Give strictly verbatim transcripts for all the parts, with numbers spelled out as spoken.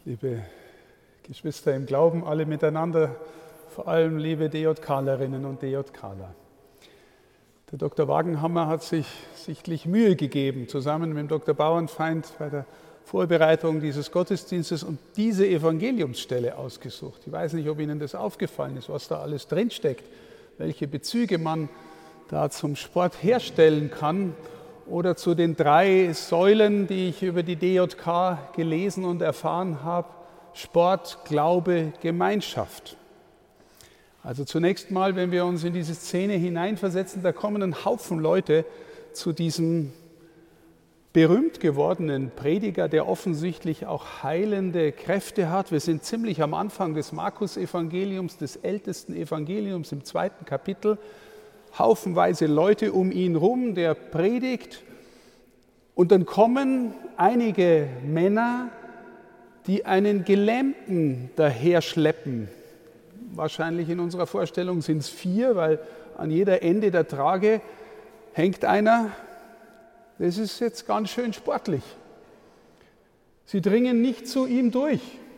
Liebe Geschwister im Glauben, alle miteinander, vor allem liebe DJKlerinnen und DJKler. Der Doktor Wagenhammer hat sich sichtlich Mühe gegeben, zusammen mit dem Doktor Bauernfeind bei der Vorbereitung dieses Gottesdienstes und diese Evangeliumsstelle ausgesucht. Ich weiß nicht, ob Ihnen das aufgefallen ist, was da alles drinsteckt, welche Bezüge man da zum Sport herstellen kann oder zu den drei Säulen, die ich über die D J K gelesen und erfahren habe: Sport, Glaube, Gemeinschaft. Also zunächst mal, wenn wir uns in diese Szene hineinversetzen, da kommen ein Haufen Leute zu diesem berühmt gewordenen Prediger, der offensichtlich auch heilende Kräfte hat. Wir sind ziemlich am Anfang des Markus-Evangeliums, des ältesten Evangeliums im zweiten Kapitel. Haufenweise Leute um ihn rum, der predigt. Und dann kommen einige Männer, die einen Gelähmten daherschleppen. Wahrscheinlich in unserer Vorstellung sind es vier, weil an jeder Ende der Trage hängt einer. Das ist jetzt ganz schön sportlich. Sie dringen nicht zu ihm durch.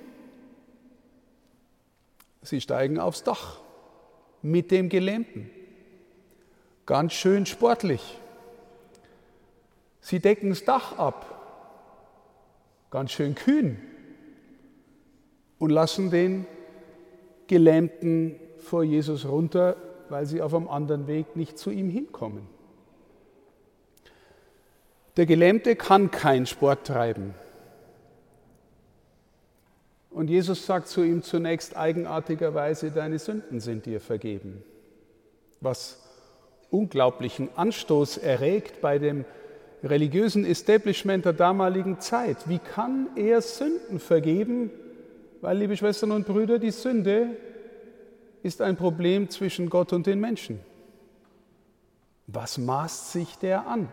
Sie steigen aufs Dach mit dem Gelähmten. Ganz schön sportlich. Sie decken das Dach ab. Ganz schön kühn. Und lassen den Gelähmten vor Jesus runter, weil sie auf einem anderen Weg nicht zu ihm hinkommen. Der Gelähmte kann keinen Sport treiben. Und Jesus sagt zu ihm zunächst eigenartigerweise: Deine Sünden sind dir vergeben. Was unglaublichen Anstoß erregt bei dem religiösen Establishment der damaligen Zeit. Wie kann er Sünden vergeben? Weil, liebe Schwestern und Brüder, die Sünde ist ein Problem zwischen Gott und den Menschen. Was maßt sich der an?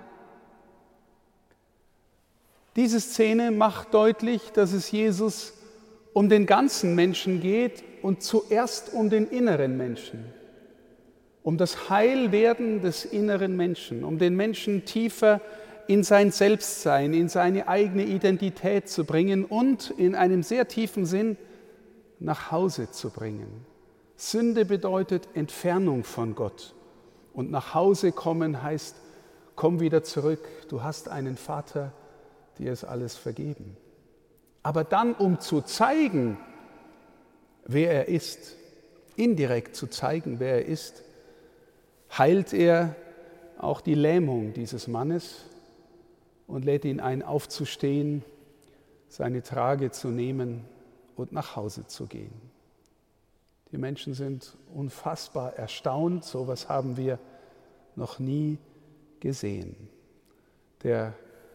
Diese Szene macht deutlich, dass es Jesus um den ganzen Menschen geht und zuerst um den inneren Menschen, um das Heilwerden des inneren Menschen, um den Menschen tiefer in sein Selbstsein, in seine eigene Identität zu bringen und in einem sehr tiefen Sinn nach Hause zu bringen. Sünde bedeutet Entfernung von Gott und nach Hause kommen heißt, komm wieder zurück, du hast einen Vater, dir ist alles vergeben. Aber dann, um zu zeigen, wer er ist, indirekt zu zeigen, wer er ist, heilt er auch die Lähmung dieses Mannes und lädt ihn ein, aufzustehen, seine Trage zu nehmen und nach Hause zu gehen. Die Menschen sind unfassbar erstaunt, so etwas haben wir noch nie gesehen. Der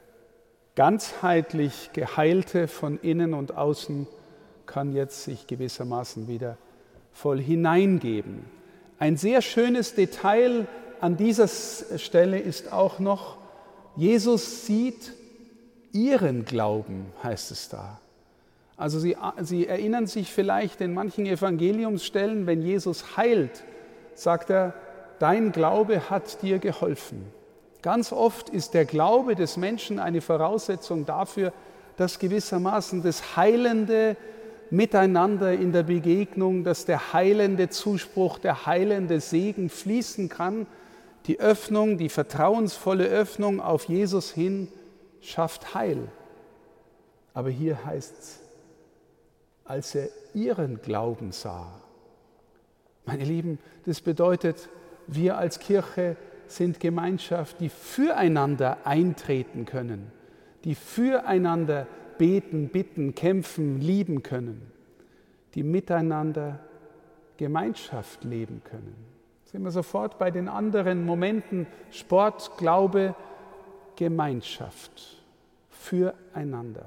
ganzheitlich Geheilte von innen und außen kann jetzt sich gewissermaßen wieder voll hineingeben. Ein sehr schönes Detail an dieser Stelle ist auch noch: Jesus sieht ihren Glauben, heißt es da. Also Sie, Sie erinnern sich vielleicht in manchen Evangeliumsstellen, wenn Jesus heilt, sagt er, dein Glaube hat dir geholfen. Ganz oft ist der Glaube des Menschen eine Voraussetzung dafür, dass gewissermaßen das heilende Miteinander in der Begegnung, dass der heilende Zuspruch, der heilende Segen fließen kann. Die Öffnung, die vertrauensvolle Öffnung auf Jesus hin schafft Heil. Aber hier heißt es, als er ihren Glauben sah. Meine Lieben, das bedeutet, wir als Kirche sind Gemeinschaft, die füreinander eintreten können, die füreinander beten, bitten, kämpfen, lieben können, die miteinander Gemeinschaft leben können. Sind wir sofort bei den anderen Momenten: Sport, Glaube, Gemeinschaft, füreinander.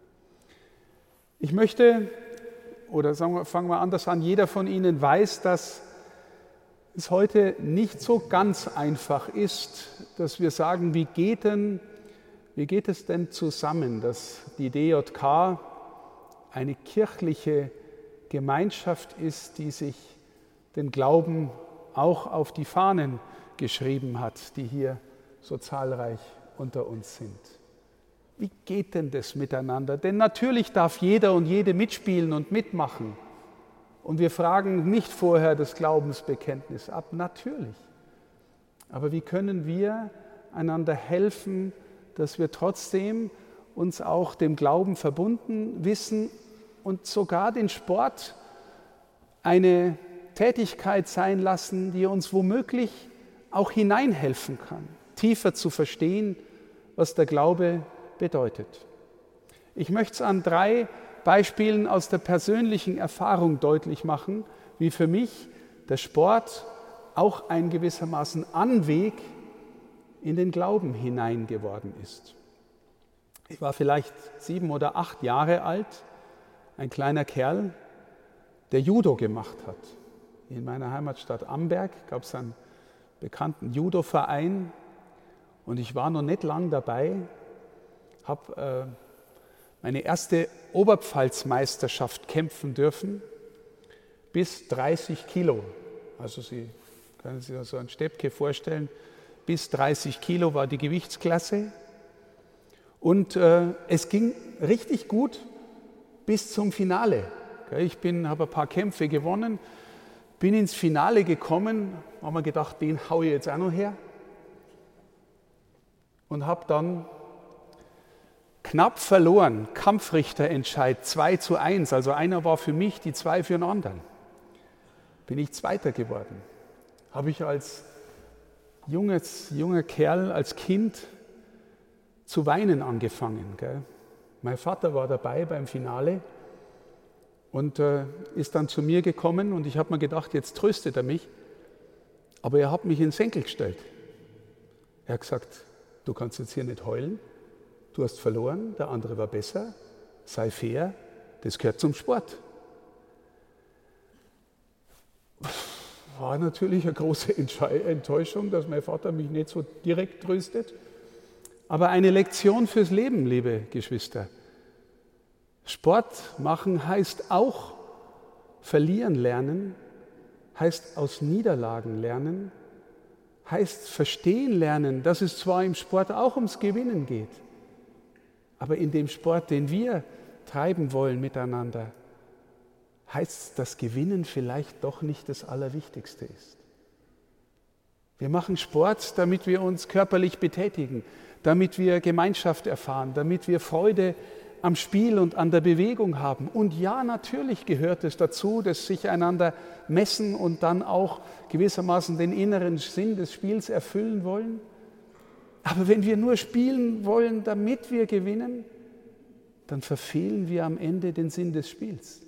Ich möchte, oder sagen wir, fangen wir anders an, jeder von Ihnen weiß, dass es heute nicht so ganz einfach ist, dass wir sagen, wie geht denn, wie geht es denn zusammen, dass die D J K eine kirchliche Gemeinschaft ist, die sich den Glauben auch auf die Fahnen geschrieben hat, die hier so zahlreich unter uns sind. Wie geht denn das miteinander? Denn natürlich darf jeder und jede mitspielen und mitmachen. Und wir fragen nicht vorher das Glaubensbekenntnis ab, natürlich. Aber wie können wir einander helfen, dass wir trotzdem uns auch dem Glauben verbunden wissen und sogar den Sport eine Tätigkeit sein lassen, die uns womöglich auch hineinhelfen kann, tiefer zu verstehen, was der Glaube bedeutet. Ich möchte es an drei Beispielen aus der persönlichen Erfahrung deutlich machen, wie für mich der Sport auch ein gewissermaßen Anweg in den Glauben hinein geworden ist. Ich war vielleicht sieben oder acht Jahre alt, ein kleiner Kerl, der Judo gemacht hat. In meiner Heimatstadt Amberg gab es einen bekannten Judo-Verein und ich war noch nicht lang dabei, habe äh, meine erste Oberpfalzmeisterschaft kämpfen dürfen, bis dreißig Kilo. Also Sie können sich so ein Steppke vorstellen, bis dreißig Kilo war die Gewichtsklasse. Und äh, es ging richtig gut bis zum Finale. Ich bin, habe ein paar Kämpfe gewonnen, bin ins Finale gekommen, haben wir gedacht, den haue ich jetzt auch noch her. Und habe dann knapp verloren, Kampfrichterentscheid zwei zu eins, also einer war für mich, die zwei für den anderen. Bin ich Zweiter geworden. Habe ich als junges, junger Kerl, als Kind zu weinen angefangen. Gell? Mein Vater war dabei beim Finale und äh, ist dann zu mir gekommen und ich habe mir gedacht, jetzt tröstet er mich, aber er hat mich in den Senkel gestellt. Er hat gesagt, du kannst jetzt hier nicht heulen, du hast verloren, der andere war besser, sei fair, das gehört zum Sport. War natürlich eine große Enttäuschung, dass mein Vater mich nicht so direkt tröstet. Aber eine Lektion fürs Leben, liebe Geschwister. Sport machen heißt auch verlieren lernen, heißt aus Niederlagen lernen, heißt verstehen lernen, dass es zwar im Sport auch ums Gewinnen geht, aber in dem Sport, den wir treiben wollen miteinander, heißt das Gewinnen vielleicht doch nicht das Allerwichtigste ist. Wir machen Sport, damit wir uns körperlich betätigen, damit wir Gemeinschaft erfahren, damit wir Freude am Spiel und an der Bewegung haben. Und ja, natürlich gehört es dazu, dass sich einander messen und dann auch gewissermaßen den inneren Sinn des Spiels erfüllen wollen. Aber wenn wir nur spielen wollen, damit wir gewinnen, dann verfehlen wir am Ende den Sinn des Spiels.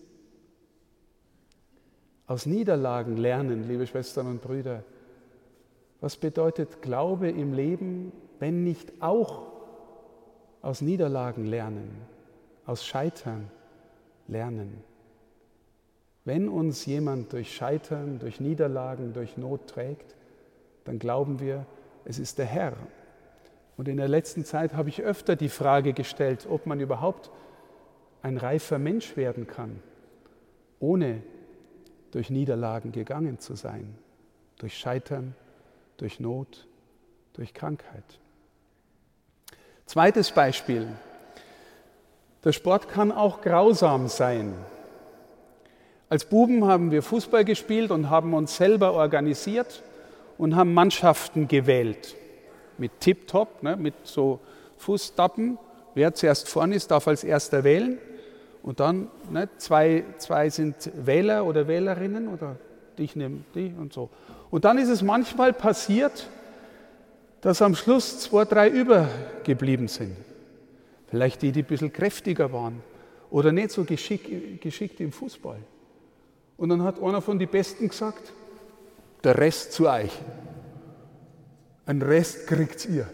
Aus Niederlagen lernen, liebe Schwestern und Brüder. Was bedeutet Glaube im Leben, wenn nicht auch aus Niederlagen lernen, aus Scheitern lernen? Wenn uns jemand durch Scheitern, durch Niederlagen, durch Not trägt, dann glauben wir, es ist der Herr. Und in der letzten Zeit habe ich öfter die Frage gestellt, ob man überhaupt ein reifer Mensch werden kann, ohne durch Niederlagen gegangen zu sein, durch Scheitern, durch Not, durch Krankheit. Zweites Beispiel. Der Sport kann auch grausam sein. Als Buben haben wir Fußball gespielt und haben uns selber organisiert und haben Mannschaften gewählt. Mit Tip-Top, ne, mit so Fußtappen. Wer zuerst vorne ist, darf als Erster wählen. Und dann ne, zwei, zwei sind Wähler oder Wählerinnen oder ich nehme die und so. Und dann ist es manchmal passiert, dass am Schluss zwei, drei übergeblieben sind. Vielleicht die, die ein bisschen kräftiger waren oder nicht so geschick, geschickt im Fußball. Und dann hat einer von den Besten gesagt, der Rest zu euch. Ein Rest kriegt ihr.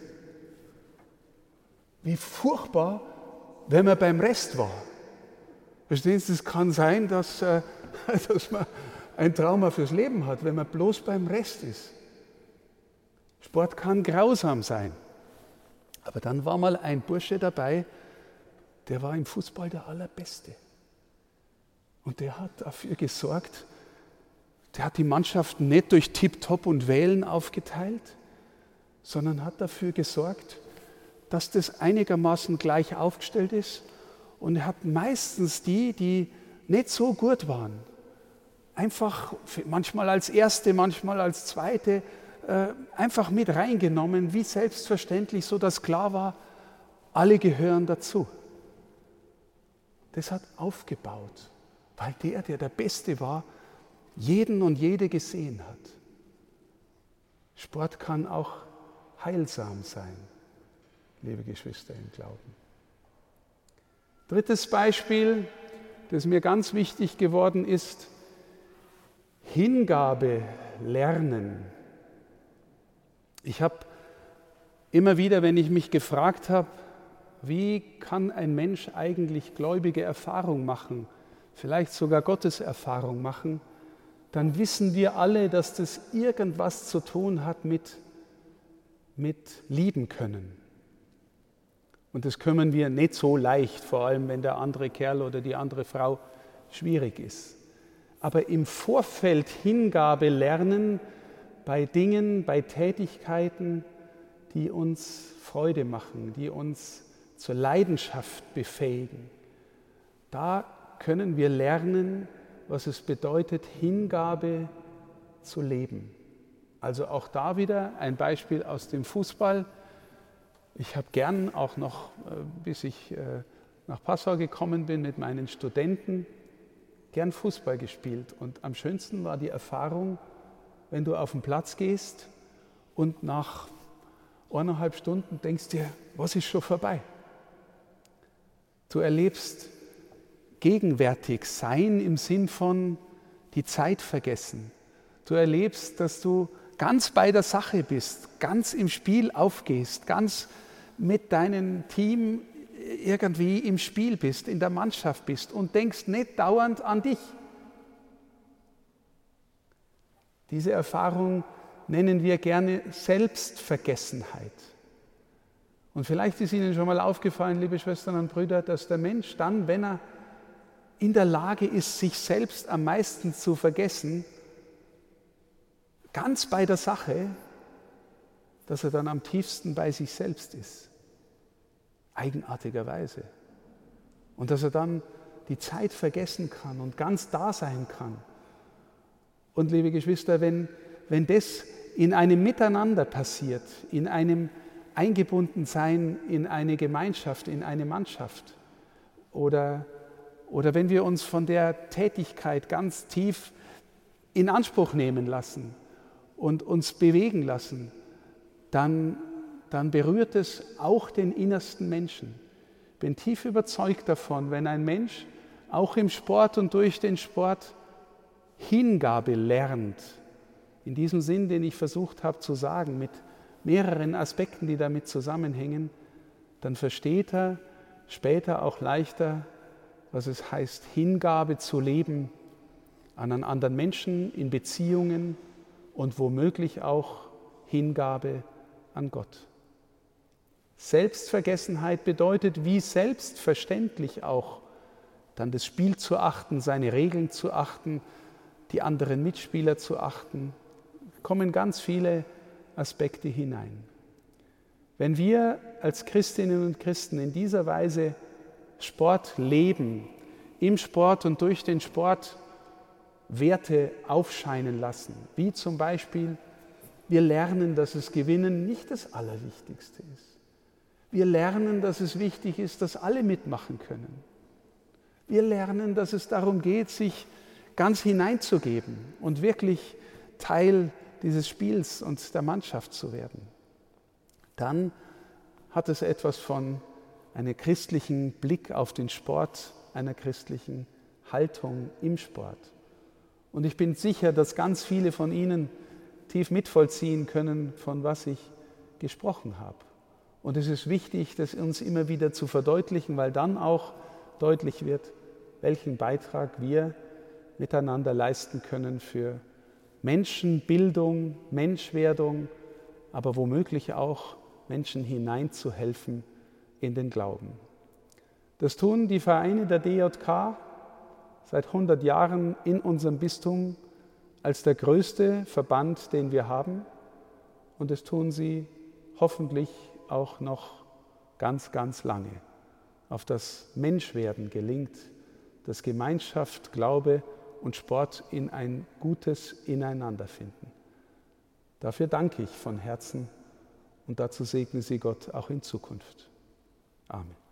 Wie furchtbar, wenn man beim Rest war. Verstehen Sie, es kann sein, dass, äh, dass man ein Trauma fürs Leben hat, wenn man bloß beim Rest ist. Sport kann grausam sein. Aber dann war mal ein Bursche dabei, der war im Fußball der Allerbeste. Und der hat dafür gesorgt, der hat die Mannschaften nicht durch Tip-Top und Wählen aufgeteilt, sondern hat dafür gesorgt, dass das einigermaßen gleich aufgestellt ist. Und er hat meistens die, die nicht so gut waren, einfach manchmal als erste, manchmal als zweite, äh, einfach mit reingenommen, wie selbstverständlich, so dass klar war, alle gehören dazu. Das hat aufgebaut, weil der, der der Beste war, jeden und jede gesehen hat. Sport kann auch heilsam sein, liebe Geschwister im Glauben. Drittes Beispiel, das mir ganz wichtig geworden ist, Hingabe lernen. Ich habe immer wieder, wenn ich mich gefragt habe, wie kann ein Mensch eigentlich gläubige Erfahrung machen, vielleicht sogar Gottes Erfahrung machen, dann wissen wir alle, dass das irgendwas zu tun hat mit, mit lieben können. Und das können wir nicht so leicht, vor allem wenn der andere Kerl oder die andere Frau schwierig ist. Aber im Vorfeld Hingabe lernen bei Dingen, bei Tätigkeiten, die uns Freude machen, die uns zur Leidenschaft befähigen. Da können wir lernen, was es bedeutet, Hingabe zu leben. Also auch da wieder ein Beispiel aus dem Fußball. Ich habe gern auch noch, bis ich nach Passau gekommen bin mit meinen Studenten, gern Fußball gespielt. Und am schönsten war die Erfahrung, wenn du auf den Platz gehst und nach eineinhalb Stunden denkst dir, was ist schon vorbei? Du erlebst gegenwärtig sein im Sinn von die Zeit vergessen. Du erlebst, dass du ganz bei der Sache bist, ganz im Spiel aufgehst, ganz mit deinem Team irgendwie im Spiel bist, in der Mannschaft bist und denkst nicht dauernd an dich. Diese Erfahrung nennen wir gerne Selbstvergessenheit. Und vielleicht ist Ihnen schon mal aufgefallen, liebe Schwestern und Brüder, dass der Mensch dann, wenn er in der Lage ist, sich selbst am meisten zu vergessen, ganz bei der Sache, dass er dann am tiefsten bei sich selbst ist. Eigenartigerweise. Und dass er dann die Zeit vergessen kann und ganz da sein kann. Und liebe Geschwister, wenn, wenn das in einem Miteinander passiert, in einem Eingebundensein in eine Gemeinschaft, in eine Mannschaft, oder, oder wenn wir uns von der Tätigkeit ganz tief in Anspruch nehmen lassen und uns bewegen lassen, dann, dann berührt es auch den innersten Menschen. Ich bin tief überzeugt davon, wenn ein Mensch auch im Sport und durch den Sport Hingabe lernt, in diesem Sinn, den ich versucht habe zu sagen, mit mehreren Aspekten, die damit zusammenhängen, dann versteht er später auch leichter, was es heißt, Hingabe zu leben an einen anderen Menschen, in Beziehungen und womöglich auch Hingabe an Gott. Selbstvergessenheit bedeutet, wie selbstverständlich auch, dann das Spiel zu achten, seine Regeln zu achten, die anderen Mitspieler zu achten. Da kommen ganz viele Aspekte hinein. Wenn wir als Christinnen und Christen in dieser Weise Sport leben, im Sport und durch den Sport Werte aufscheinen lassen, wie zum Beispiel, wir lernen, dass es Gewinnen nicht das Allerwichtigste ist. Wir lernen, dass es wichtig ist, dass alle mitmachen können. Wir lernen, dass es darum geht, sich ganz hineinzugeben und wirklich Teil dieses Spiels und der Mannschaft zu werden. Dann hat es etwas von einem christlichen Blick auf den Sport, einer christlichen Haltung im Sport. Und ich bin sicher, dass ganz viele von Ihnen tief mitvollziehen können, von was ich gesprochen habe. Und es ist wichtig, das uns immer wieder zu verdeutlichen, weil dann auch deutlich wird, welchen Beitrag wir miteinander leisten können für Menschenbildung, Menschwerdung, aber womöglich auch Menschen hineinzuhelfen in den Glauben. Das tun die Vereine der D J K seit hundert Jahren in unserem Bistum als der größte Verband, den wir haben. Und das tun sie hoffentlich auch noch ganz, ganz lange, auf das Menschwerden gelingt, dass Gemeinschaft, Glaube und Sport in ein gutes Ineinander finden. Dafür danke ich von Herzen und dazu segne Sie Gott auch in Zukunft. Amen.